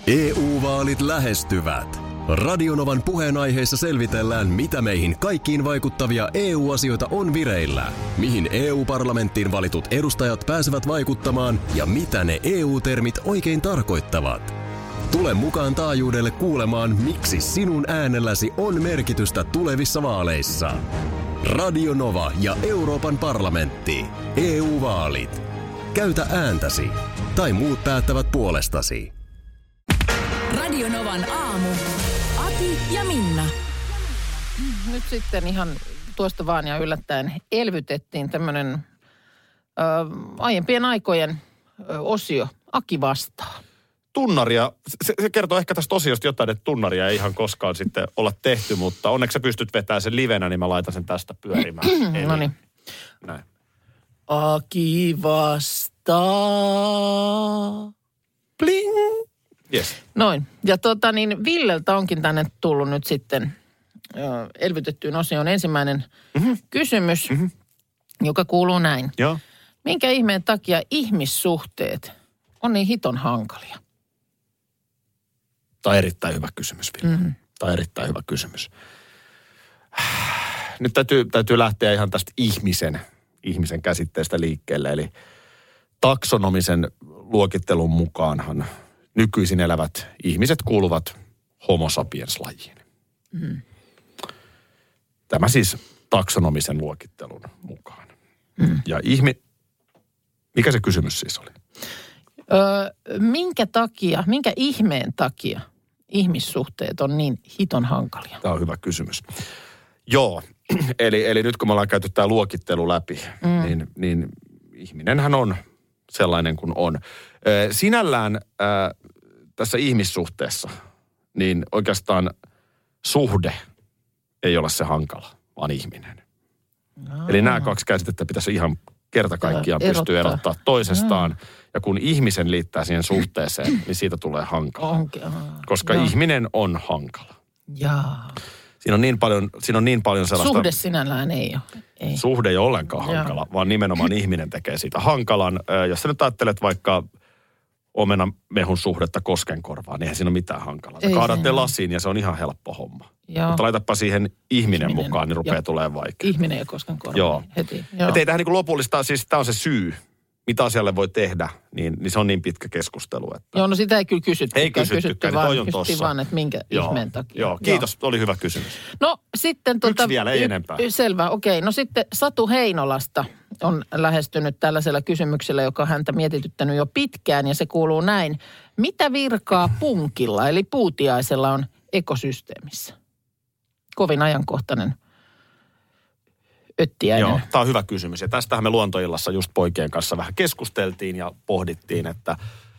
EU-vaalit lähestyvät. Radionovan puheenaiheessa selvitellään, mitä meihin kaikkiin vaikuttavia EU-asioita on vireillä, mihin EU-parlamenttiin valitut edustajat pääsevät vaikuttamaan ja mitä ne EU-termit oikein tarkoittavat. Tule mukaan taajuudelle kuulemaan, miksi sinun äänelläsi on merkitystä tulevissa vaaleissa. Radio Nova ja Euroopan parlamentti. EU-vaalit. Käytä ääntäsi. Tai muut päättävät puolestasi. Radio Novan aamu. Ati ja Minna. Nyt sitten ihan tuosta vaan ja yllättäen elvytettiin tämmöinen aiempien aikojen osio. Aki vastaa. Tunnaria, se kertoo ehkä tästä osiosta jotain, että tunnaria ei ihan koskaan sitten olla tehty, mutta onneksi sä pystyt vetämään sen livenä, niin mä laitan sen tästä pyörimään. No niin. Näin. Aki vastaa. Bling! Yes. Noin. Ja Villeltä onkin tänne tullut nyt sitten elvytettyyn osioon ensimmäinen kysymys, joka kuuluu näin. Joo. Minkä ihmeen takia ihmissuhteet on niin hiton hankalia? Tämä on erittäin hyvä kysymys, Ville. Tämä on erittäin hyvä kysymys. Nyt täytyy lähteä ihan tästä ihmisen käsitteestä liikkeelle. Eli taksonomisen luokittelun mukaanhan nykyisin elävät ihmiset kuuluvat Homo sapiens-lajiin. Tämä siis taksonomisen luokittelun mukaan. Ja mikä se kysymys siis oli? Minkä ihmeen takia ihmissuhteet on niin hiton hankalia? Tämä on hyvä kysymys. Joo, eli nyt kun me ollaan käyty tämä luokittelu läpi, niin ihminenhän on sellainen kuin on. Sinällään tässä ihmissuhteessa, niin oikeastaan suhde ei ole se hankala, vaan ihminen. Eli nämä kaksi käsitettä pitäisi ihan kerta kaikkiaan pystyä erottaa toisestaan. Ja kun ihmisen liittää siihen suhteeseen, niin siitä tulee hankala. Koska ihminen on hankala. Jaa. Siinä on niin paljon sellaista... Suhde sinällään ei ole. Ei. Suhde ei ole ollenkaan hankala, vaan nimenomaan ihminen tekee siitä hankalan. Jos sä nyt ajattelet vaikka omenamehun suhdetta koskenkorvaan, niin eihän siinä ole mitään hankalaa. Kaadat ne lasiin ja se on ihan helppo homma. Joo. Mutta laitapa siihen ihminen mukaan, niin rupeaa tulemaan vaikea. Ihminen ja koskenkorva. Joo. Heti. Että ei tähän niin kuin lopullista, siis tämä on se syy, mitä asialle voi tehdä, niin se on niin pitkä keskustelu. Että... Joo, no sitä ei kyllä kysyttykään. Ei kysyttykään, niin toi on tossa. Kysyttiin vaan, että minkä ihmeen takia. Joo, kiitos, oli hyvä kysymys. No sitten... Yksi vielä, ei enempää. Selvä, okei. No sitten Satu Heinolasta on lähestynyt tällaisella kysymyksellä, joka häntä mietityttänyt jo pitkään, ja se kuuluu näin. Mitä virkaa punkilla, eli puutiaisella on ekosysteemissä? Kovin ajankohtainen öttiäinen. Joo, tämä on hyvä kysymys. Ja tästähän me Luontoillassa just poikien kanssa vähän keskusteltiin ja pohdittiin, että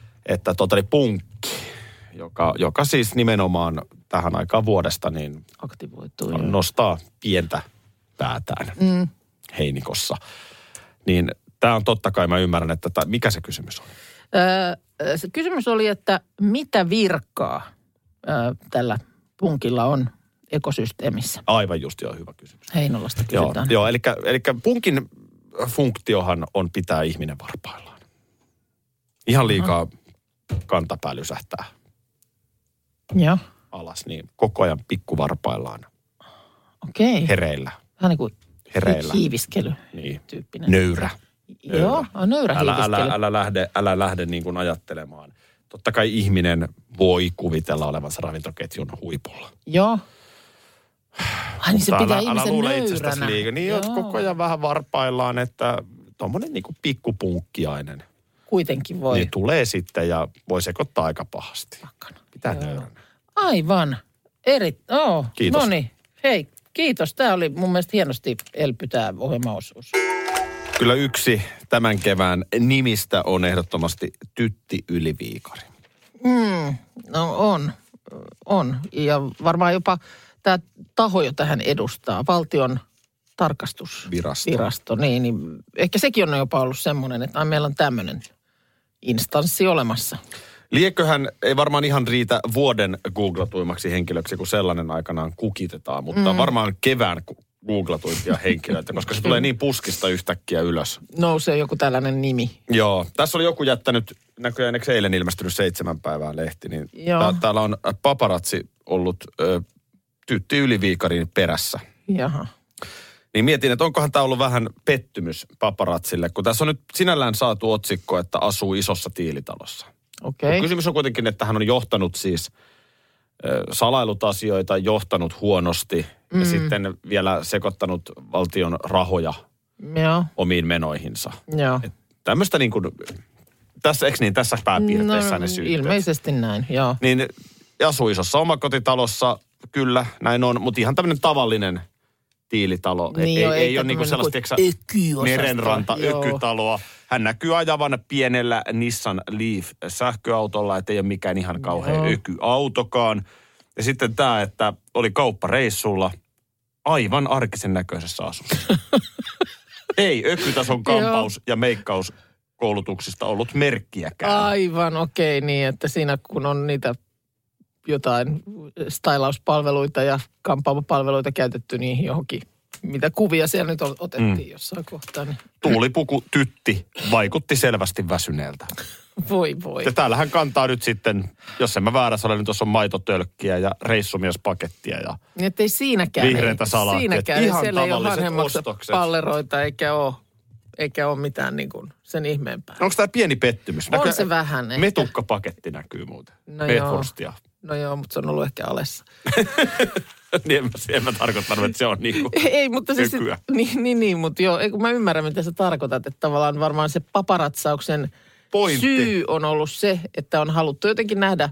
punkki, joka siis nimenomaan tähän aikaan vuodesta niin aktivoituu. Nostaa pientä päätään heinikossa. Niin tämä on totta kai, mä ymmärrän, että mikä se kysymys on? Se kysymys oli, että mitä virkaa tällä punkilla on ekosysteemissä? Aivan just, joo, hyvä kysymys. Heinolasta kysytään. Joo, eli punkin funktiohan on pitää ihminen varpaillaan. Ihan liikaa kantapää lysähtää alas, niin koko ajan pikkuvarpaillaan. Okei. Hereillä. Vähän niin kuin hiiviskely tyyppinen. Nöyrä. Joo, nöyrä hiiviskely. Älä lähde niin kuin ajattelemaan. Totta kai ihminen voi kuvitella olevansa ravintoketjun huipulla. Joo. Niin se pitää ihmisen nöyränä. Niin, koko ajan vähän varpaillaan, että tommonen niin kuin pikkupunkkiainen. Kuitenkin voi. Niin tulee sitten ja voi sekoittaa aika pahasti. Pitää nöyränä. Aivan. Kiitos. No niin. Hei, kiitos. Tämä oli mun mielestä hienosti elpy tämä ohjelmaosuus. Kyllä yksi tämän kevään nimistä on ehdottomasti Tytti Yli-Viikari. No on. Ja varmaan jopa tämä taho, jota hän edustaa, valtion tarkastusvirasto, niin ehkä sekin on jopa ollut semmoinen, että meillä on tämmöinen instanssi olemassa. Lieköhän ei varmaan ihan riitä vuoden googlatuimaksi henkilöksi, kun sellainen aikanaan kukitetaan, mutta varmaan kevään googlatuimpia henkilöitä, koska se tulee niin puskista yhtäkkiä ylös. Nousee joku tällainen nimi. Joo. Tässä oli joku jättänyt, näköjään eilen ilmestynyt 7 päivää lehti, niin täällä on paparazzi ollut Tytti Yliviikarin perässä. Jaha. Niin mietin, että onkohan tämä ollut vähän pettymys paparazzille, kun tässä on nyt sinällään saatu otsikko, että asuu isossa tiilitalossa. Okei. Kysymys on kuitenkin, että hän on johtanut siis salailut asioita, johtanut huonosti ja sitten vielä sekoittanut valtion rahoja omiin menoihinsa. Joo. Tämmöistä niin kuin, tässä, eikö niin, tässä pääpiirteissä ne syytteet? Ilmeisesti näin, joo. Niin asuu isossa omakotitalossa, kyllä, näin on, mutta ihan tämmöinen tavallinen tiilitalo. Niin ei ole niinku sellaista merenranta ökytaloa. Hän näkyy ajavan pienellä Nissan Leaf sähköautolla, että ei ole mikään ihan kauhean ökyautokaan. Ja sitten tämä, että oli kauppareissulla aivan arkisen näköisessä asussa. Ei ökytason kampaus ja meikkauskoulutuksista ollut merkkiäkään. Aivan okei, niin että siinä kun on niitä jotain stylauspalveluita ja kampaamopalveluita käytetty niihin johonkin, mitä kuvia siellä nyt otettiin jossain kohtaa. Niin. Tuulipuku tytti vaikutti selvästi väsyneeltä. Voi. Ja täällähän kantaa nyt sitten, jos en mä väärässä ole, niin tuossa on maitotölkkiä ja reissumiespakettia ja niin ettei siinäkään. Vihreätä salaattia. Siinäkään. Ihan siellä ei ole tavalliset ostokset. palleroita eikä ole mitään niin kuin sen ihmeempää. Onko tämä pieni pettymys? On se vähän ehkä. Metukkapaketti näkyy muuten. No Bedforstia. No joo, mutta se on ollut ehkä alessa. niin en mä tarkoittanut, että se on niinku ei, mutta siis ökyä. Niin, mutta joo, kun mä ymmärrän, mitä sä tarkoitat, että tavallaan varmaan se paparatsauksen pointti. Syy on ollut se, että on haluttu jotenkin nähdä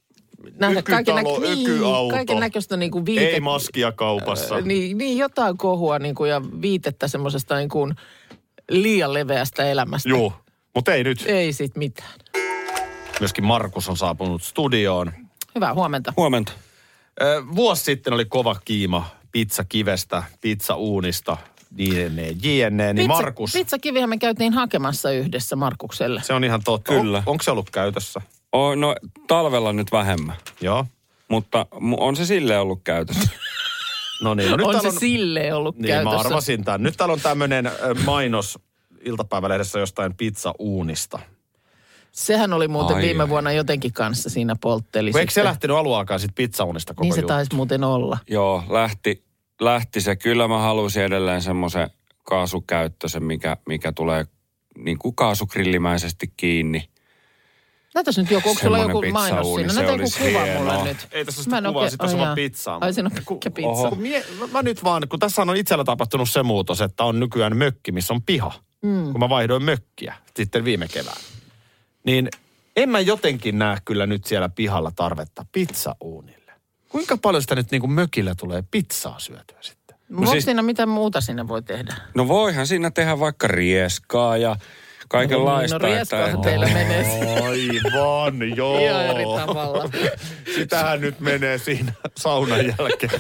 kaiken näköistä niin kuin viitettä. Ei maskia kaupassa. Niin jotain kohua niin kuin, ja viitettä semmoisesta niin kuin liian leveästä elämästä. Joo, mutta ei nyt. Ei sit mitään. Myöskin Markus on saapunut studioon. Hyvää huomenta. Huomenta. Vuosi sitten oli kova kiima pizzakivestä, pizzauunista, jne. Niin Markus. Pizzakivihän me käytiin hakemassa yhdessä Markukselle. Se on ihan totta. Kyllä. Onko se ollut käytössä? No talvella nyt vähemmän. Joo. Mutta on se silleen ollut käytössä. No niin. No nyt on se silleen ollut käytössä. Niin, mä arvasin tämän. Nyt täällä on tämmöinen mainos iltapäivälehdessä jostain pizzauunista. Sehän oli muuten viime vuonna jotenkin kanssa siinä poltteli. Eikö se lähtenyt aluaakaan sit pizzauunista koko niin se juttu? taisi muuten olla. Joo, lähti se. Kyllä mä halusin edelleen semmoisen kaasukäyttöisen, mikä tulee niin kuin kaasugrillimäisesti kiinni. Näytäs nyt joku, onko sulla joku mainos pizzauuni, siinä? Näytä joku kuva mulle nyt. Ei tässä ole kuvaa, sitten tässä on vaan pizzaa. Ai siinä on pitkä pizza. Mä nyt vaan, kun tässä on itsellä tapahtunut se muutos, että on nykyään mökki, missä on piha. Kun mä vaihdoin mökkiä sitten viime kevään. Niin en mä jotenkin näe kyllä nyt siellä pihalla tarvetta pizzauunille. Kuinka paljon sitä nyt niin kuin mökillä tulee pizzaa syötyä sitten? Onko siinä mitä muuta siinä voi tehdä? No voihan siinä tehdä vaikka rieskaa ja kaikenlaista. No rieskaahan teillä menee. Aivan, joo. Ihan eri tavalla. Sitähän nyt menee siinä saunan jälkeen.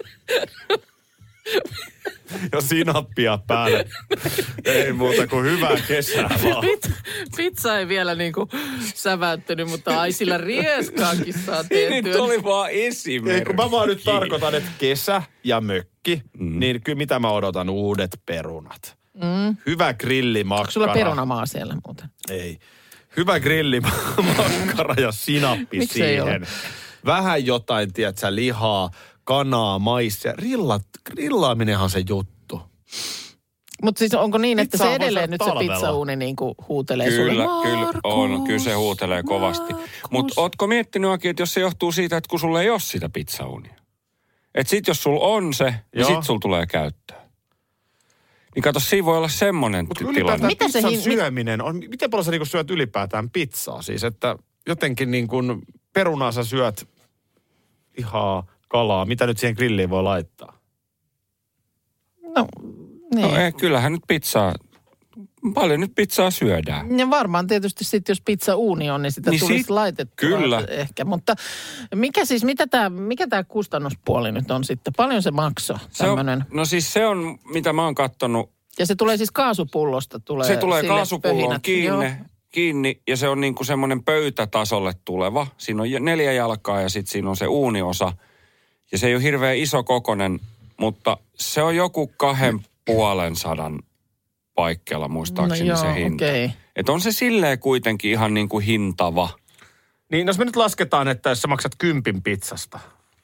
Ja sinappia päälle. Ei muuta kuin hyvää kesää vaan. Pizza ei vielä niinku säväyttänyt, mutta ai sillä rieskaakin saa tehtyä. Nyt oli vaan esimerkki. Ei, kun mä vaan nyt tarkoitan, että kesä ja mökki, niin kyllä mitä mä odotan, uudet perunat. Hyvä grillimakkara. Onko sulla perunamaa siellä muuten? Ei. Hyvä grillimakkara ja sinappi miksi siihen. Vähän jotain, tiedätkö, lihaa, kanaa, maissia. Grillaaminenhan on se juttu. Mutta siis onko niin, että Pizzaa se edelleen nyt talvella. se pizzauuni niinku huutelee Kyllä sulle? on. Kyllä se huutelee kovasti. Mutta ootko miettinyt, Aki, että jos se johtuu siitä, että kun sulla ei ole sitä pizzauunia. Että sit jos sulla on se, niin sit sulla tulee käyttöön. Niin kato, siinä voi olla semmoinen tilanne. Mitä se syöminen on? Miten paljon sä niinku syöt ylipäätään pizzaa? Siis, että jotenkin niin kuin perunaa sä syöt lihaa, kalaa. Mitä nyt siihen grilliin voi laittaa? No, niin. No kyllähän nyt paljon nyt pizzaa syödään. Ja varmaan tietysti sitten, jos pizzauuni on, niin sitä niin tulisi laitettua. Kyllä. Ehkä, mutta mikä tämä kustannuspuoli nyt on sitten? Paljon se maksoi tämmöinen? No siis se on, mitä mä oon kattonut. Ja se tulee siis kaasupullosta? Se tulee kaasupulloon kiinni ja se on niin kuin semmoinen pöytätasolle tuleva. Siinä on 4 jalkaa ja sitten siinä on se uuniosa. Ja se ei ole hirveän iso kokonen mutta se on joku 250 paikkeilla muistaakseni se hinta. Okay. Että on se silleen kuitenkin ihan niin kuin hintava. Niin, jos me nyt lasketaan, että jos sä maksat 10 pizzasta,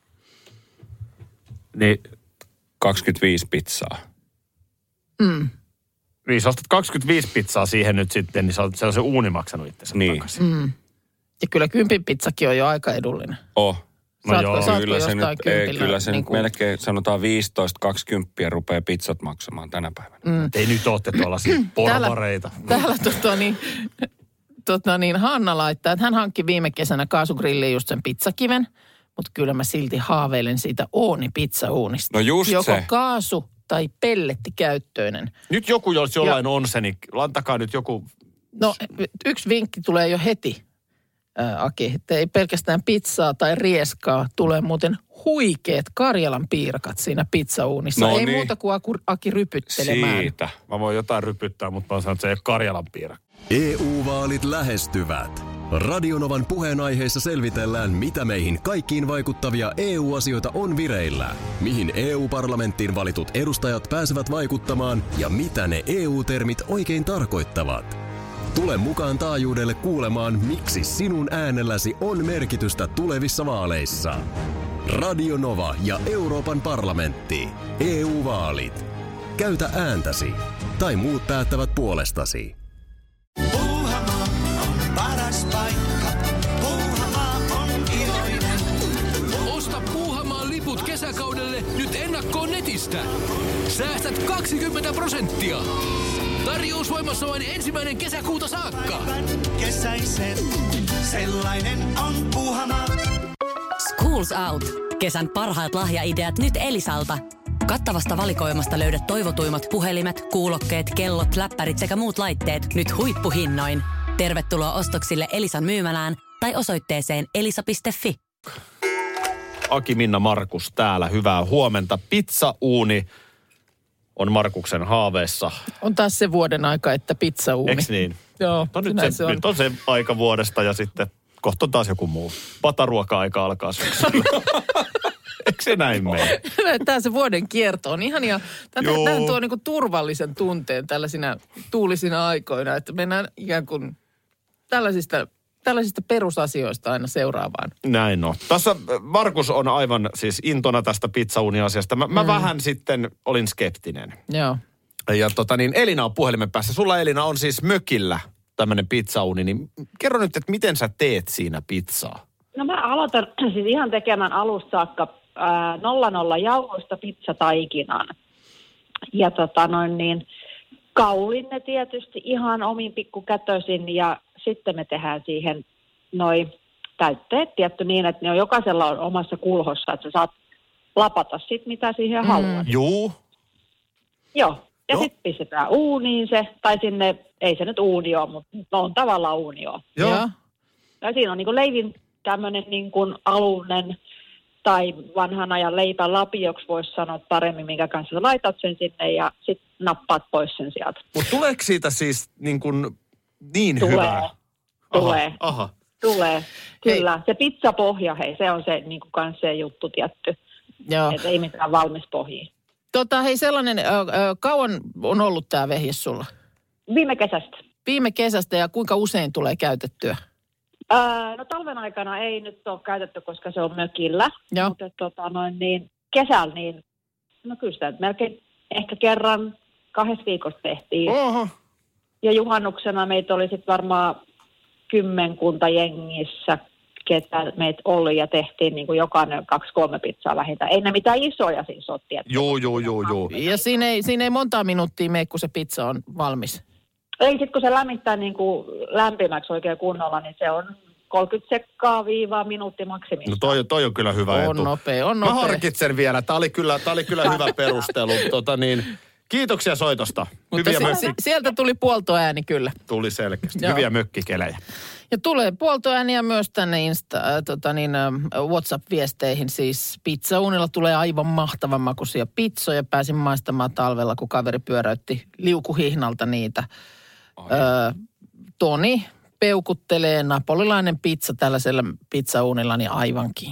niin 25 pizzaa. Niin, sä ostat 25 pizzaa siihen nyt sitten, niin se on se uuni maksanut itsensä takaisin. Ja kyllä 10 pizzakin on jo aika edullinen. Saatko kyllä se nyt, kyllä se niin nyt melkein sanotaan 15-20 rupeaa pizzat maksamaan tänä päivänä. Ei nyt ootte tuollaisia porvareita. Täällä Hanna laittaa, että hän hankki viime kesänä kaasugrilliin just sen pizzakiven, mutta kyllä mä silti haaveilen siitä pizzauunista. No just joko se. kaasu tai pellettikäyttöinen. Nyt joku, jos jollain on se, niin antakaa nyt joku... No yksi vinkki tulee jo heti, Aki, että ei pelkästään pizzaa tai rieskaa, tulee muuten huikeat Karjalan piirakat siinä pizzauunissa. No ei niin. muuta kuin Aki rypyttelemään. Siitä. Mä voin jotain rypyttää, mutta mä sanon, että se ei ole Karjalan piirakka. EU-vaalit lähestyvät. Radionovan puheenaiheessa selvitellään, mitä meihin kaikkiin vaikuttavia EU-asioita on vireillä, mihin EU-parlamenttiin valitut edustajat pääsevät vaikuttamaan ja mitä ne EU-termit oikein tarkoittavat. Tule mukaan taajuudelle kuulemaan, miksi sinun äänelläsi on merkitystä tulevissa vaaleissa. Radio Nova ja Euroopan parlamentti. EU-vaalit. Käytä ääntäsi. Tai muut päättävät puolestasi. Puuhamaa on paras paikka. Puuhamaa on iloinen. Osta Puuhamaan liput kesäkaudelle nyt ennakkoon netistä. Säästät 20%. Tarjous voimassa vain 1. kesäkuuta saakka. Kesäisen, sellainen on Puuhamaa. Schools Out. Kesän parhaat lahjaideat nyt Elisalta. Kattavasta valikoimasta löydät toivotuimmat puhelimet, kuulokkeet, kellot, läppärit sekä muut laitteet nyt huippuhinnoin. Tervetuloa ostoksille Elisan myymälään tai osoitteeseen elisa.fi. Aki, Minna, Markus täällä. Hyvää huomenta. Pizzauuni on Markuksen haaveessa. On taas se vuoden aika, että pizzauuni. Eiks niin? Joo, No nyt on se aika vuodesta ja sitten kohta on taas joku muu. Pataruoka-aika alkaa syksyllä. Eikö se näin mene? Tämä se vuoden kierto on ihania. Tämä tuo niinku turvallisen tunteen tällaisina tuulisina aikoina, että mennään ikään kuin tällaisista perusasioista aina seuraavaan. Näin on. Tässä Markus on aivan siis intona tästä pizzauuni-asiasta. Mä vähän sitten olin skeptinen. Joo. Ja Elina on puhelimen päässä. Sulla, Elina, on siis mökillä tämmöinen pizzauuni. Niin kerro nyt, että miten sä teet siinä pizzaa? No mä aloitan siis ihan tekemään alusta saakka 0 jauhoista pizzataikinan. Ja kaulin ne tietysti ihan omin pikkukätösin ja sitten me tehdään siihen noi täytteet tietty niin, että ne on jokaisella on omassa kulhossa, että sä saat lapata sit mitä siihen haluat. Juu. Joo. Ja sitten pistetään uuniin se, tai sinne, ei se nyt uuni ole, mutta on tavallaan uuni ole. Joo. Ja siinä on niin kuin leivin tämmöinen niin kuin alunen tai vanhan ajan leipälapioksi voisi sanoa paremmin, minkä kanssa sä laitat sen sinne ja sitten nappaat pois sen sieltä. Mutta tuleeko siitä siis niin hyvää? Aha. Tulee, kyllä. Se pizzapohja, se on se niin kuin kans se juttu tietty. Joo. Että ei mitään valmis pohjia. Hei sellainen, kauan on ollut tämä vehje sulla? Viime kesästä. Viime kesästä ja kuinka usein tulee käytettyä? No talven aikana ei nyt ole käytetty, koska se on mökillä. Joo. Mutta kesällä niin, no kyllä sitä melkein ehkä kerran 2 viikossa tehtiin. Oho. Ja juhannuksena meitä oli sitten varmaan 10 jengissä, ketä meitä oli ja tehtiin niin kuin jokainen 2-3 pizzaa vähintään. Ei ne mitään isoja siis ole tietysti. Joo. Ja siinä ei montaa minuuttia mene, kun se pizza on valmis. Ei, sitten kun se lämmittää niin kuin lämpimäksi oikein kunnolla, niin se on 30 sekkaa viivaa minuutti maksimissaan. No toi on kyllä hyvä etu. On nopea. Mä harkitsen vielä. Tää oli kyllä hyvä perustelu. Kiitoksia soitosta. Mutta sieltä tuli puoltoääni kyllä. Tuli selkeästi. Joo. Hyviä mökkikelejä. Ja tulee puoltoääniä myös tänne WhatsApp-viesteihin. Siis pizzaunilla tulee aivan mahtavan makuisia pizzoja. Pääsin maistamaan talvella, kun kaveri pyöräytti liukuhihnalta niitä. Toni peukuttelee napolilainen pizza tällaisella pizzaunilla, niin aivan kingi.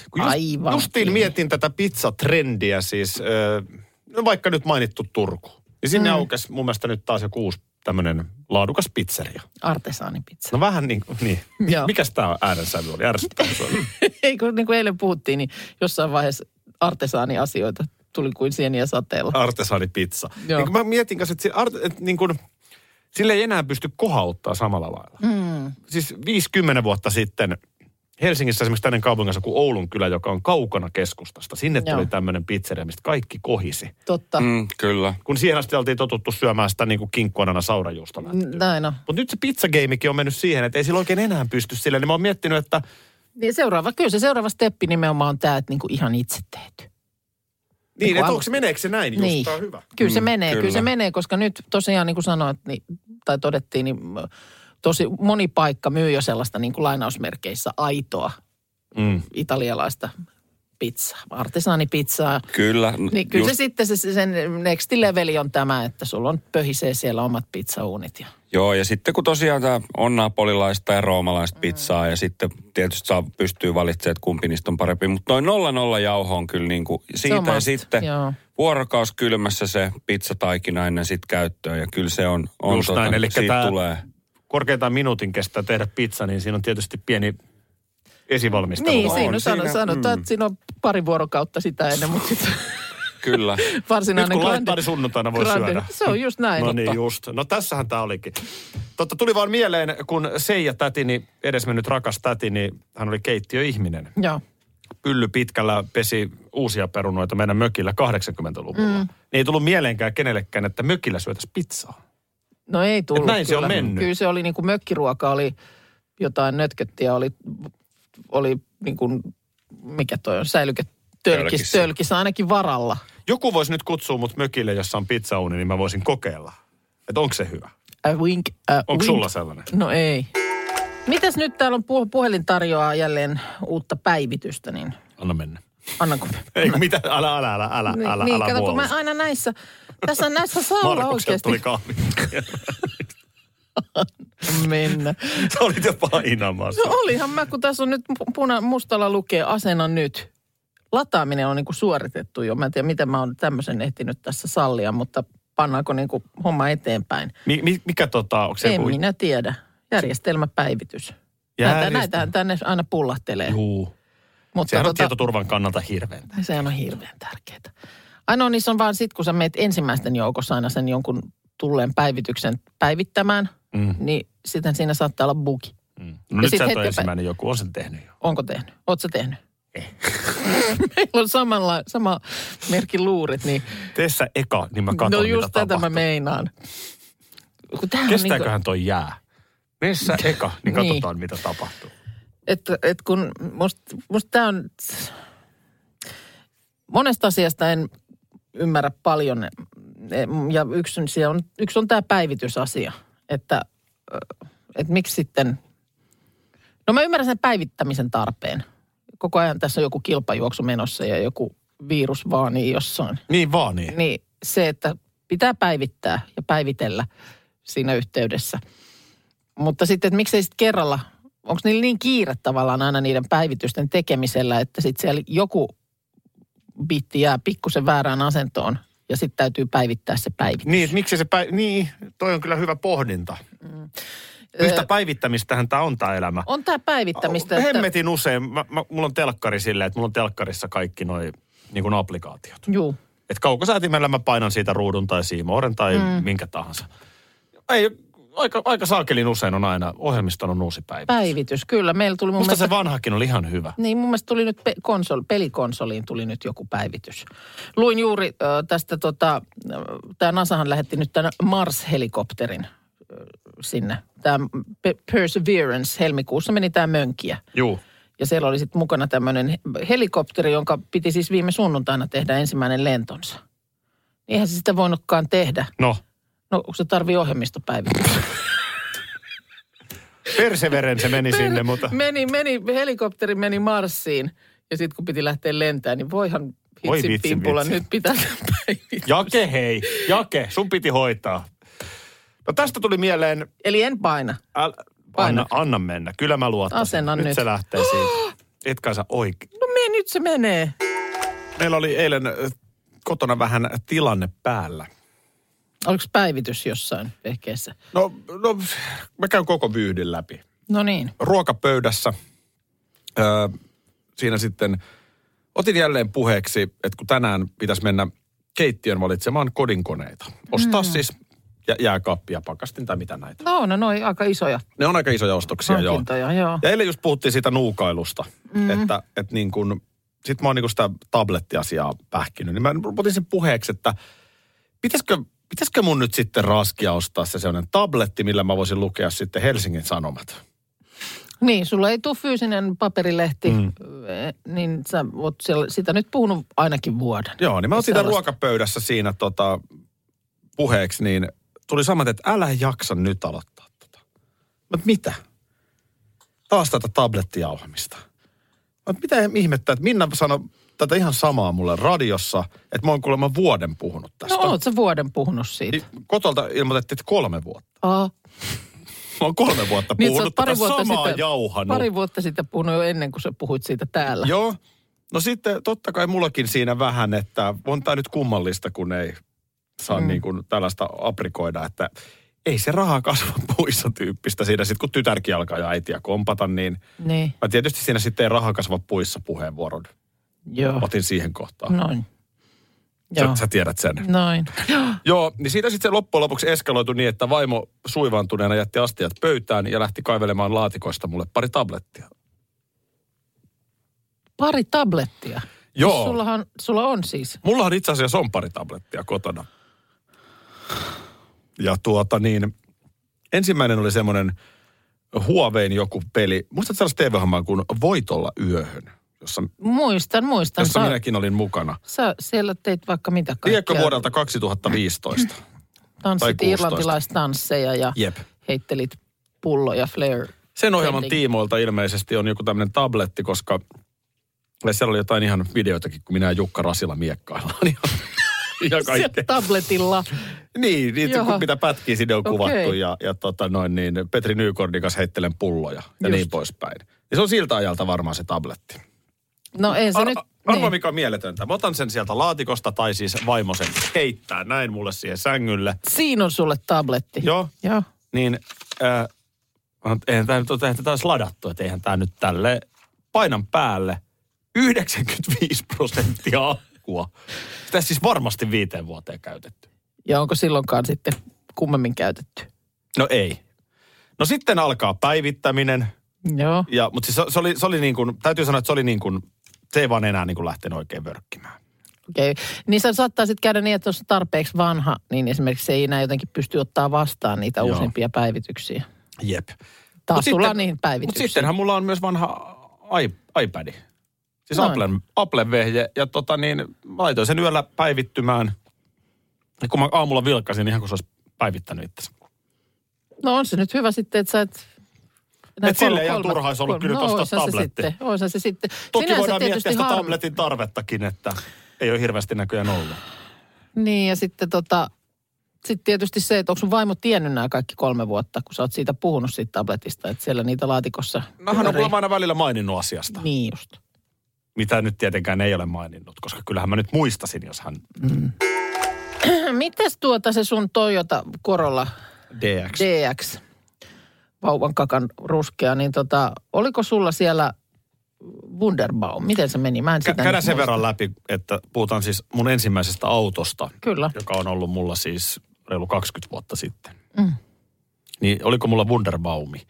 Aivan. Justiin mietin tätä pizzatrendiä siis, no vaikka nyt mainittu Turku. Niin sinne aukesi mun mielestä nyt taas joku uusi tämmöinen laadukas pizzeria. Artesaanipizza. No vähän niin. Mikäs tää äänensävy oli? Ärsyttää sua. Ei, kun niin kuin eilen puhuttiin, niin jossain vaiheessa artesaaniasioita tuli kuin sieniä sateella. Artesaanipizza. Joo. Niin mä mietin kanssa, että niin kuin, sille ei enää pysty kohauttaa samalla lailla. Siis 50 vuotta sitten Helsingissä esimerkiksi tämmöinen kaupungissa kuin Oulun kylä, joka on kaukana keskustasta. Sinne tuli tämmöinen pizzeria, mistä kaikki kohisi. Totta. Kyllä. Kun siihen asti oltiin totuttu syömään sitä niin kuin kinkkuanana saurajuusta. Näin on. Mutta nyt se pizzageimikin on mennyt siihen, että ei sillä oikein enää pysty sille. Niin mä oon miettinyt, että... Niin seuraava steppi nimenomaan on tämä, että niinku ihan itse tehty. Niin, että meneekö se näin just? Niin. Tämä on hyvä. Kyllä se menee, kyllä se menee, koska nyt tosiaan niin kuin sanoit, tai todettiin, niin tosi moni paikka myy jo sellaista niin kuin lainausmerkeissä aitoa italialaista pizzaa, artesaanipizzaa. Kyllä. Niin kyllä se sitten sen next leveli on tämä, että sulla on pöhisee siellä omat pizzauunit. Joo, ja sitten kun tosiaan tämä on napolilaista ja roomalaista pizzaa, ja sitten tietysti pystyy valitsemaan, että kumpi niistä on parempi. Mutta noin 0-0 jauho on kyllä niin kuin siitä ja sitten vuorokaus kylmässä se pizzataikina ennen sitten käyttöön, ja kyllä se on näin, eli siitä tulee. Korkeintaan minuutin kestää tehdä pizza, niin siinä on tietysti pieni esivalmistelu. Niin, sanotaan, että siinä on pari vuorokautta sitä ennen, mutta sitten... Kyllä. Varsinainen nyt kun laittari sunnuntaina voi syödä. Se on just näin. No niin, just. No tässähän tämä olikin. Tuli vaan mieleen, kun Seija tätini, edesmennyt rakas tätini, hän oli keittiöihminen. Joo. Pylly pitkällä pesi uusia perunoita meidän mökillä 80-luvulla. Niin ei tullut mieleenkään kenellekään, että mökillä syötäisiin pizzaa. No ei tullut. Näin kyllä. Se on mennyt. Kyllä se oli niin kuin mökkiruoka, oli jotain nötköttiä, oli niin kuin, mikä toi on, säilyketölkis ainakin varalla. Joku voisi nyt kutsua mut mökille, jossa on pizzauuni, niin mä voisin kokeilla. Että onko se hyvä? Onko sulla sellainen? No ei. Mitäs nyt täällä on puhelin tarjoaa jälleen uutta päivitystä, niin... Anna mennä. Annanko? Ei mitä, älä niin, kato, kun mä aina näissä saa olla oikeasti. Tuli kahvi. Mennä. Sä olit jo painamassa. No olihan mä, kun tässä on nyt mustalla lukee asena nyt. Lataaminen on niinku suoritettu jo. Mä en tiedä, miten mä oon tämmöisen ehtinyt tässä sallia, mutta pannaanko niinku homma eteenpäin? Mikä onko se? En minä tiedä. Järjestelmäpäivitys. Näitähän tänne aina pullahtelee. Juu. Mutta sehän on tietoturvan kannalta hirveän tärkeää. Se on hirveän tärkeää. Ainoa niissä on vaan sit, kun sä meet ensimmäisten joukossa aina sen jonkun tulleen päivityksen päivittämään, niin sitten siinä saattaa olla bugi. No nyt sä et ole ensimmäinen joku, on sen tehnyt jo. Onko tehnyt? Ootko sä tehnyt? Ei. Meillä on sama merkin luurit, niin... Tee sä eka, niin mä katson, no just mitä tätä mä meinaan. Kestääköhän toi jää? Mene sä eka, niin katsotaan, mitä tapahtuu. Että kun musta tää on... Monesta asiasta en ymmärrä paljon. Ja yksi on tämä päivitysasia. Että miksi sitten... No mä ymmärrän sen päivittämisen tarpeen. Koko ajan tässä on joku kilpajuoksu menossa ja joku virus vaanii jossain. Niin vaanii. Niin se, että pitää päivittää ja päivitellä siinä yhteydessä. Mutta sitten, että miksei sitten kerralla... Onko niillä niin kiire tavallaan aina niiden päivitysten tekemisellä, että sitten siellä joku bitti jää pikkusen väärään asentoon ja sitten täytyy päivittää se päivitys. Niin, että miksi se niin, toi on kyllä hyvä pohdinta. Yhtä päivittämistähän tämä on tämä elämä. On tämä päivittämistä. Hemmetin usein. Mulla on telkkari silleen, että mulla on telkkarissa kaikki noi niin kuin applikaatiot. Juu. Että kaukosäätimellä mä painan siitä ruudun tai siimooren tai minkä tahansa. Ei, aika saakelin usein on aina ohjelmiston on uusi päivitys. Päivitys, kyllä. Meillä tuli Musta se vanhakin oli ihan hyvä. Niin, mun mielestä tuli nyt pelikonsoliin tuli nyt joku päivitys. Luin juuri tästä tämä NASAhan lähetti nyt tämän Mars-helikopterin sinne. Tämä Perseverance helmikuussa meni tämä mönkiä. Juu. Ja siellä oli sitten mukana tämmöinen helikopteri, jonka piti siis viime sunnuntaina tehdä ensimmäinen lentonsa. Eihän se sitä voinutkaan tehdä. No, kun se tarvii ohjelmistopäivitystä. Perseverance meni sinne, mutta... Helikopteri meni Marsiin. Ja sitten kun piti lähteä lentämään, niin voihan hitsipimpulla nyt pitää päivittää. Jake, sun piti hoitaa. No tästä tuli mieleen... Eli en paina. Anna mennä. Kyllä mä luottaisin. Asennan nyt. Se lähtee siitä. Etkä sä oikein. No Nyt se menee. Meillä oli eilen kotona vähän tilanne päällä. Oliko päivitys jossain vehkeessä? No, mä käyn koko vyyhdin läpi. No niin. Ruokapöydässä siinä sitten otin jälleen puheeksi, että kun tänään pitäisi mennä keittiön valitsemaan kodinkoneita. Ostaa siis jääkaappia, pakastin tai mitä näitä. No noi aika isoja. Ne on aika isoja ostoksia, joo. Joo. Ja eilen just puhuttiin siitä nuukailusta, että niin kuin, sit mä oon niin kuin sitä tablettiasiaa pähkinyt. Niin mä otin sen puheeksi, että pitäisikö mun nyt sitten raskia ostaa se sellainen tabletti, millä mä voisin lukea sitten Helsingin Sanomat. Niin, sulla ei tule fyysinen paperilehti, niin sä oot sitä nyt puhunut ainakin vuoden. Joo, niin mä otin ruokapöydässä siinä puheeksi, niin tuli samat, että älä jaksa nyt aloittaa Mutta mitä? Taas tätä tablettijauhamista. Mutta mitä ihmettä, että Minna sanoi tätä ihan samaa mulle radiossa, että mä oon kuulemma vuoden puhunut tästä. No oot sä vuoden puhunut siitä? Kotolta ilmoitettiin, että 3 vuotta. Mä oon 3 vuotta puhunut tätä samaa jauhanut. Pari vuotta sitten puhunut jo ennen kuin sä puhuit siitä täällä. Joo. No sitten totta kai mullakin siinä vähän, että on tää nyt kummallista, kun ei saa niin kuin tällaista aprikoida, että ei se raha kasva puissa tyyppistä siinä. Sitten kun tytärkin alkaa ja äitiä kompata, niin mä tietysti siinä sitten ei raha kasva puissa puheenvuoron. Joo. Otin siihen kohtaan. Noin. Sä tiedät sen. Noin. Joo, niin siitä sitten se loppujen lopuksi eskaloitui niin, että vaimo suivaantuneena jätti astiat pöytään ja lähti kaivelemaan laatikoista mulle pari tablettia. Pari tablettia? Joo. Sulla on siis? Mullahan itse asiassa on pari tablettia kotona. Ja ensimmäinen oli semmoinen Huawein joku peli. Muistatko sellaista TV-hommaa kuin Voitolla yöhön? Muistan. Jossa minäkin olin mukana. Sä siellä teit vaikka mitä kaikkea. Tiedätkö vuodelta 2015? Tanssit irlantilaistansseja ja heittelit pulloja Flair. Sen ohjelman tiimoilta ilmeisesti on joku tämmöinen tabletti, koska siellä oli jotain ihan videoitakin, kun minä ja Jukka Rasila miekkaillaan. Ja kaikkea. Tabletilla. Niin mitä pätkiä sinne on kuvattu ja niin Petri Nykordin kanssa heittelen pulloja ja niin poispäin. Ja se on siltä ajalta varmaan se tabletti. No ei se nyt... Arva mikä on mieletöntä. Mä otan sen sieltä laatikosta tai siis vaimo sen heittää näin mulle siihen sängylle. Siinä on sulle tabletti. Joo. Niin eihän tämä nyt ole taas ladattu, että eihän tämä nyt tälle painan päälle 95% akkua. Sitä siis varmasti 5 vuoteen käytetty. Ja onko silloinkaan sitten kummemmin käytetty? No ei. No sitten alkaa päivittäminen. Joo. Mutta siis se oli niin kuin, täytyy sanoa, että se oli niin kuin, se ei vaan enää niin kuin lähtenyt oikein vörkkimään. Okei. Niin sä saattaa sitten käydä niin, että jos on tarpeeksi vanha, niin esimerkiksi se ei enää jotenkin pysty ottaa vastaan niitä uusimpia päivityksiä. Jep. Taas sulla on niihin päivityksiä. Mutta sittenhän mulla on myös vanha iPad. Siis Applen vehje. Ja laitoin sen yöllä päivittymään. Ja kun mä aamulla vilkkasin, ihan kun se olisi päivittänyt itsensä. No on se nyt hyvä sitten, että sä et... Että silleen ihan turha olisi ollut kyllä tuosta tabletti. Oisa se sitten. Toki voidaan miettiä sitä tabletin tarvettakin, että ei ole hirveästi näköjään ollut. Niin ja sitten sitten tietysti se, että onko sun vaimo tiennyt nämä kaikki 3 vuotta, kun sä oot siitä puhunut siitä tabletista, että siellä niitä laatikossa... No hän on kuulemma aina välillä maininnut asiasta. Niin just. Mitä nyt tietenkään ei ole maininnut, koska kyllähän mä nyt muistasin, jos hän... Mites se sun Toyota Corolla DX, vauvan kakan ruskea, niin oliko sulla siellä Wunderbaum? Miten se meni? Mä en sitä käydään sen verran läpi, että puhutaan siis mun ensimmäisestä autosta. Kyllä. Joka on ollut mulla siis reilu 20 vuotta sitten. Niin oliko mulla Wunderbaumi?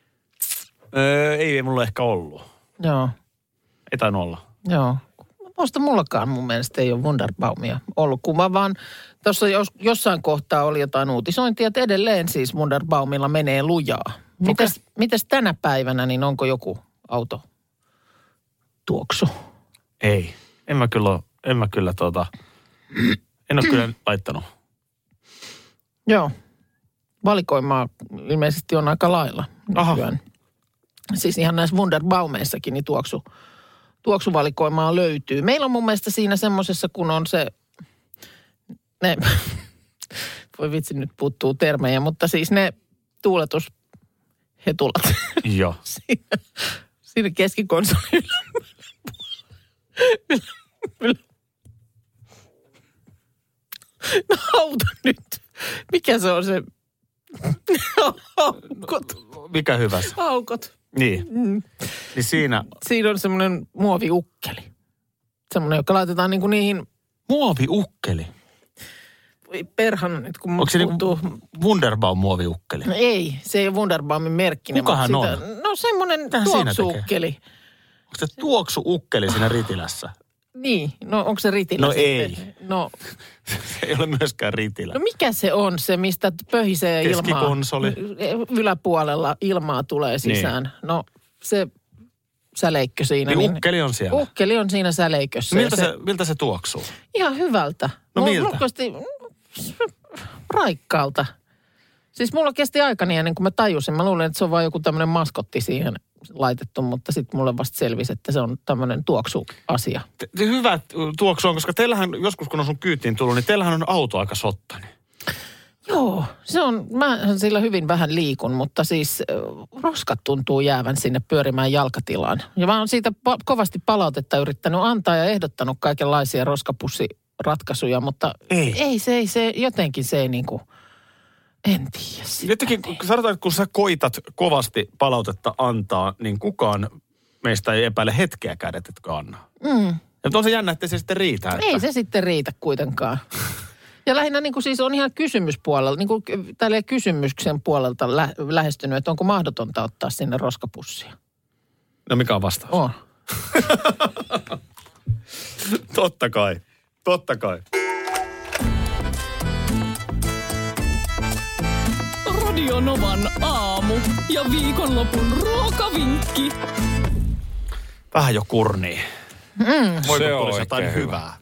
Ei mulla ehkä ollut. Joo. Ei tainnut olla. Joo. Mullakaan mun mielestä ei ole Wunderbaumia ollut, kun mä vaan tuossa jossain kohtaa oli jotain uutisointia, että edelleen siis Wunderbaumilla menee lujaa. Mites tänä päivänä, niin onko joku auto tuoksu? Ei. En mä kyllä laittanut. Joo. Valikoimaa ilmeisesti on aika lailla. Aha. Siis ihan näissä Wunderbaumeissakin niin tuoksuvalikoimaa löytyy. Meillä on mun mielestä siinä semmosessa, kun on voi vitsi nyt puuttuu termejä, mutta siis ne tuuletushetulat. Joo. Siinä keskikonsolilla. Mikä se on se? Aukot. Mikä hyvä se? Aukot. Niin. Niin siinä on semmoinen muoviukkeli. Semmoinen, joka laitetaan niinku niihin... Muoviukkeli? Voi perhana nyt, kun onko se niinku Wunderbaum-muoviukkeli? No ei, se ei ole Wunderbaumin merkkinen. Kukahan on? No semmoinen tuoksuukkeli. Onko se tuoksuukkeli siinä Ritilässä? Niin, no onko se Ritilä No sitten? ei. No. Se ei ole myöskään Ritilä. No mikä se on se, mistä pöhisee ilmaa? Keskikonsoli. Yläpuolella ilmaa tulee sisään. Niin. No se säleikkö siinä. Niin ukkeli on siellä. Ukkeli on siinä säleikössä. Miltä se tuoksuu? Ihan hyvältä. No miltä? Mulkoisesti raikkaalta. Siis mulla kesti aikani ennen kuin mä tajusin. Mä luulen, että se on vain joku tämmöinen maskotti siihen laitettu, mutta sitten mulle vasta selvisi, että se on tämmöinen tuoksuasia. Hyvä tuoksu on, koska teillähän joskus, kun on sun kyytiin tullut, niin teillähän on auto aika sottani. Joo, se on, mä sillä hyvin vähän liikun, mutta siis roskat tuntuu jäävän sinne pyörimään jalkatilaan. Ja mä oon siitä kovasti palautetta yrittänyt antaa ja ehdottanut kaikenlaisia roskapussiratkaisuja, mutta ei se jotenkin se ei niinku... En tiedä. Jotenkin, sanotaan, että kun sä koitat kovasti palautetta antaa, niin kukaan meistä ei epäile hetkeäkään, että etkö anna. Ja on se jännä, että se sitten riitä. Että... Ei se sitten riitä kuitenkaan. Ja lähinnä niin kuin siis on ihan kysymyspuolella, niin kuin tälleen kysymyksen puolelta lähestynyt, että onko mahdotonta ottaa sinne roskapussia. No mikä on vastaus? On. Totta kai. Radio Novan aamu ja viikonlopun ruokavinkki. Vähän jo kurnii. Voiko se olisi jotain hyvä. hyvää?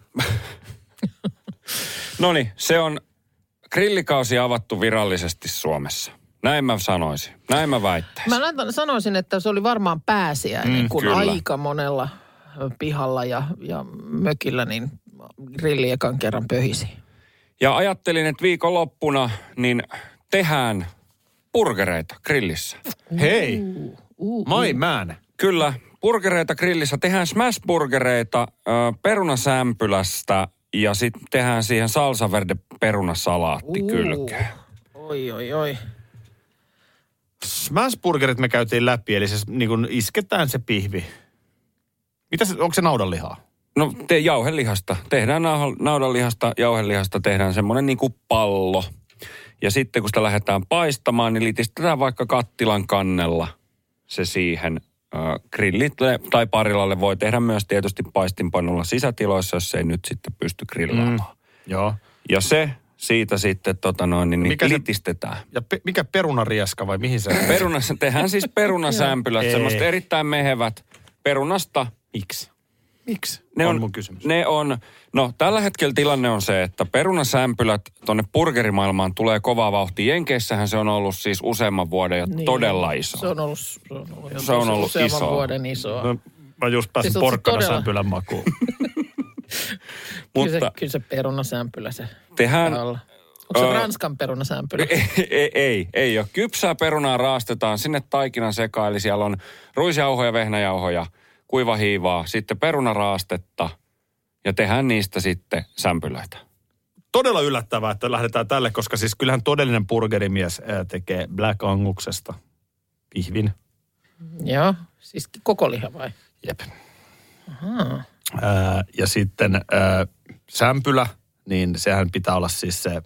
Noniin, se on grillikausi avattu virallisesti Suomessa. Näin mä sanoisin. Näin mä väittäisin. Mä sanoisin, että se oli varmaan pääsiäinen, kun kyllä. aika monella pihalla ja mökillä niin grilli ekan kerran pöhisi. Ja ajattelin, että viikonloppuna niin tehdään burgereita grillissä. Hei, my man. Kyllä, burgereita grillissä. Tehdään smashburgereita perunasämpylästä ja sitten tehdään siihen salsa verde perunasalaatti kylkeen. Oi. Smashburgerit me käytiin läpi, eli se niin kuin isketään se pihvi. Onko se naudanlihaa? No jauhelihasta. Tehdään naudanlihasta, jauhelihasta tehdään semmoinen niin kuin pallo. Ja sitten kun sitä lähdetään paistamaan, niin litistetään vaikka kattilan kannella se siihen grillille tai parilalle. Voi tehdä myös tietysti paistinpannulla sisätiloissa, jos ei nyt sitten pysty grillaamaan. Joo. Ja se siitä sitten niin litistetään. Ja mikä perunarieska vai mihin se? Perunassa tehdään siis perunasämpylät, semmoista erittäin mehevät perunasta. Miksi? Ne on mun kysymys. No tällä hetkellä tilanne on se, että perunasämpylät tonne burgerimaailmaan tulee kovaa vauhtia. Jenkeissähän se on ollut siis useamman vuoden ja todella iso. Se on ollut useamman vuoden iso. No, mä just pääsin siis porkkanasämpylän makuun. Mutta kyllä se perunasämpylä se tehdään. Onko se Ranskan perunasämpylä? Ei ole. Kypsää perunaa raastetaan sinne taikinan sekaan, eli siellä on ruisjauhoja, vehnäjauhoja, kuivahiivaa, sitten perunaraastetta ja tehdään niistä sitten sämpylöitä. Todella yllättävää, että lähdetään tälle, koska siis kyllähän todellinen burgerimies tekee Black Anguksesta pihvin. Joo, siis koko liha vai? Jep. Ja sitten sämpylä, niin sehän pitää olla siis se...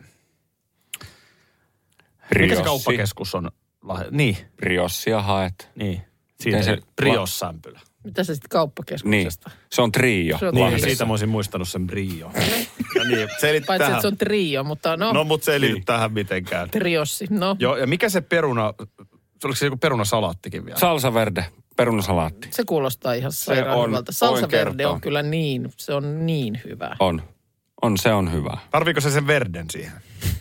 Mikä se kauppakeskus on? Niin. Briossia haet. Niin. Siitä se brios-sämpylä. Mitä se sitten kauppakeskuksesta? Niin, se on trio. Niin, siitä mä olisin muistanut sen brio. Ja niin, se ei paitsi, että se on trio, mutta no. No, mutta se ei liity tähän mitenkään. Triossi, no. Joo, ja mikä se peruna, oliko se joku perunasalaattikin vielä? Salsa verde, perunasalaatti. Se kuulostaa ihan sairaan hyvältä. Salsa verde on kyllä niin, se on niin hyvä. Se on hyvä. Tarviiko se sen verden siihen?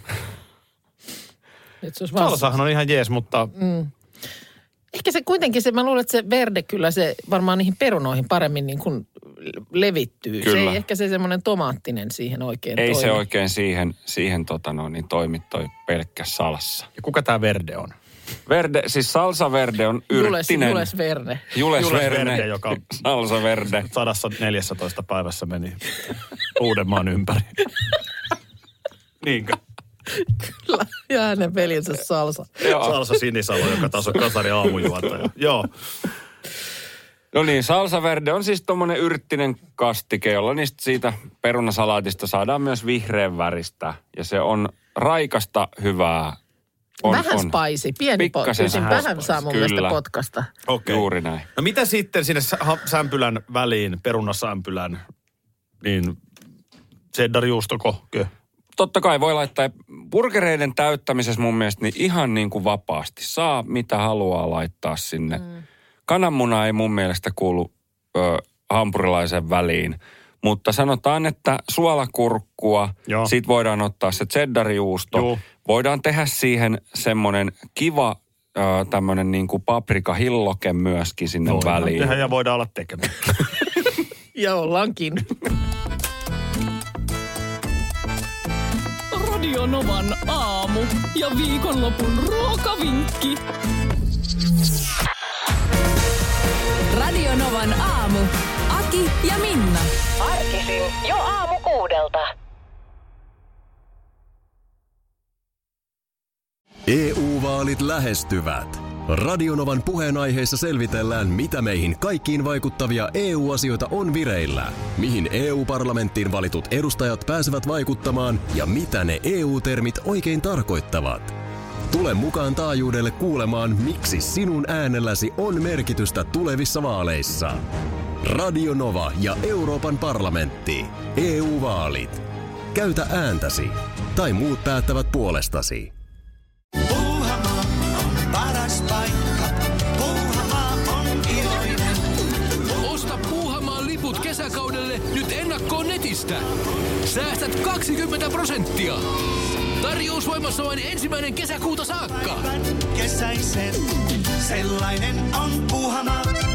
Salsahan on ihan jees, mutta... Ehkä se kuitenkin, mä luulen, että se verde kyllä se varmaan niihin perunoihin paremmin niin kuin levittyy. Kyllä. Se ei ehkä se semmoinen tomaattinen siihen oikein ei toimi. Se oikein siihen toimi toi pelkkä salsa. Ja kuka tää verde on? Verde, siis salsa verde on yrttinen. Jules Verne. Jules Verne, joka salsa verde. 114 päivässä meni Uudenmaan ympäri. Niinkö? Kyllä, ja hänen veljensä Salsa. Salsa Sinisalo, joka kasari aamujuontaja. Joo. No niin, salsa verde on siis tommonen yrttinen kastike, jolla niistä siitä perunasalaatista saadaan myös vihreän väristä. Ja se on raikasta, hyvää. Vähän spicy, pieni potkusin. Vähän saa mun mielestä potkasta. Okay. Juuri näin. No mitä sitten sinne sämpylän väliin, perunasämpylän, niin cheddar-juustoko? Totta kai voi laittaa burgereiden täyttämisessä mun mielestä niin ihan niin kuin vapaasti. Saa mitä haluaa laittaa sinne. Kananmuna ei mun mielestä kuulu hampurilaisen väliin. Mutta sanotaan, että suolakurkkua, sit voidaan ottaa se cheddar-juusto. Joo. Voidaan tehdä siihen semmoinen kiva tämmöinen niin kuin paprikahilloke myöskin sinne väliin. Tehdä ja voidaan olla tekemättä. Ja ollaankin. Radio Novan aamu ja viikonlopun ruokavinkki. Radio Novan aamu. Aki ja Minna. Arkisin jo aamu 6:00. EU-vaalit lähestyvät. Radionovan puheenaiheessa selvitellään, mitä meihin kaikkiin vaikuttavia EU-asioita on vireillä, mihin EU-parlamenttiin valitut edustajat pääsevät vaikuttamaan ja mitä ne EU-termit oikein tarkoittavat. Tule mukaan taajuudelle kuulemaan, miksi sinun äänelläsi on merkitystä tulevissa vaaleissa. Radio Nova ja Euroopan parlamentti. EU-vaalit. Käytä ääntäsi. Tai muut päättävät puolestasi. Puuhamaa on paras paikka. Puuhamaa on iloinen. Osta Puuhamaan liput kesäkaudelle nyt ennakkoon netistä. Säästät 20%. Tarjous voimassa vain 1. kesäkuuta saakka. Kesäisen, sellainen on Puuhamaa.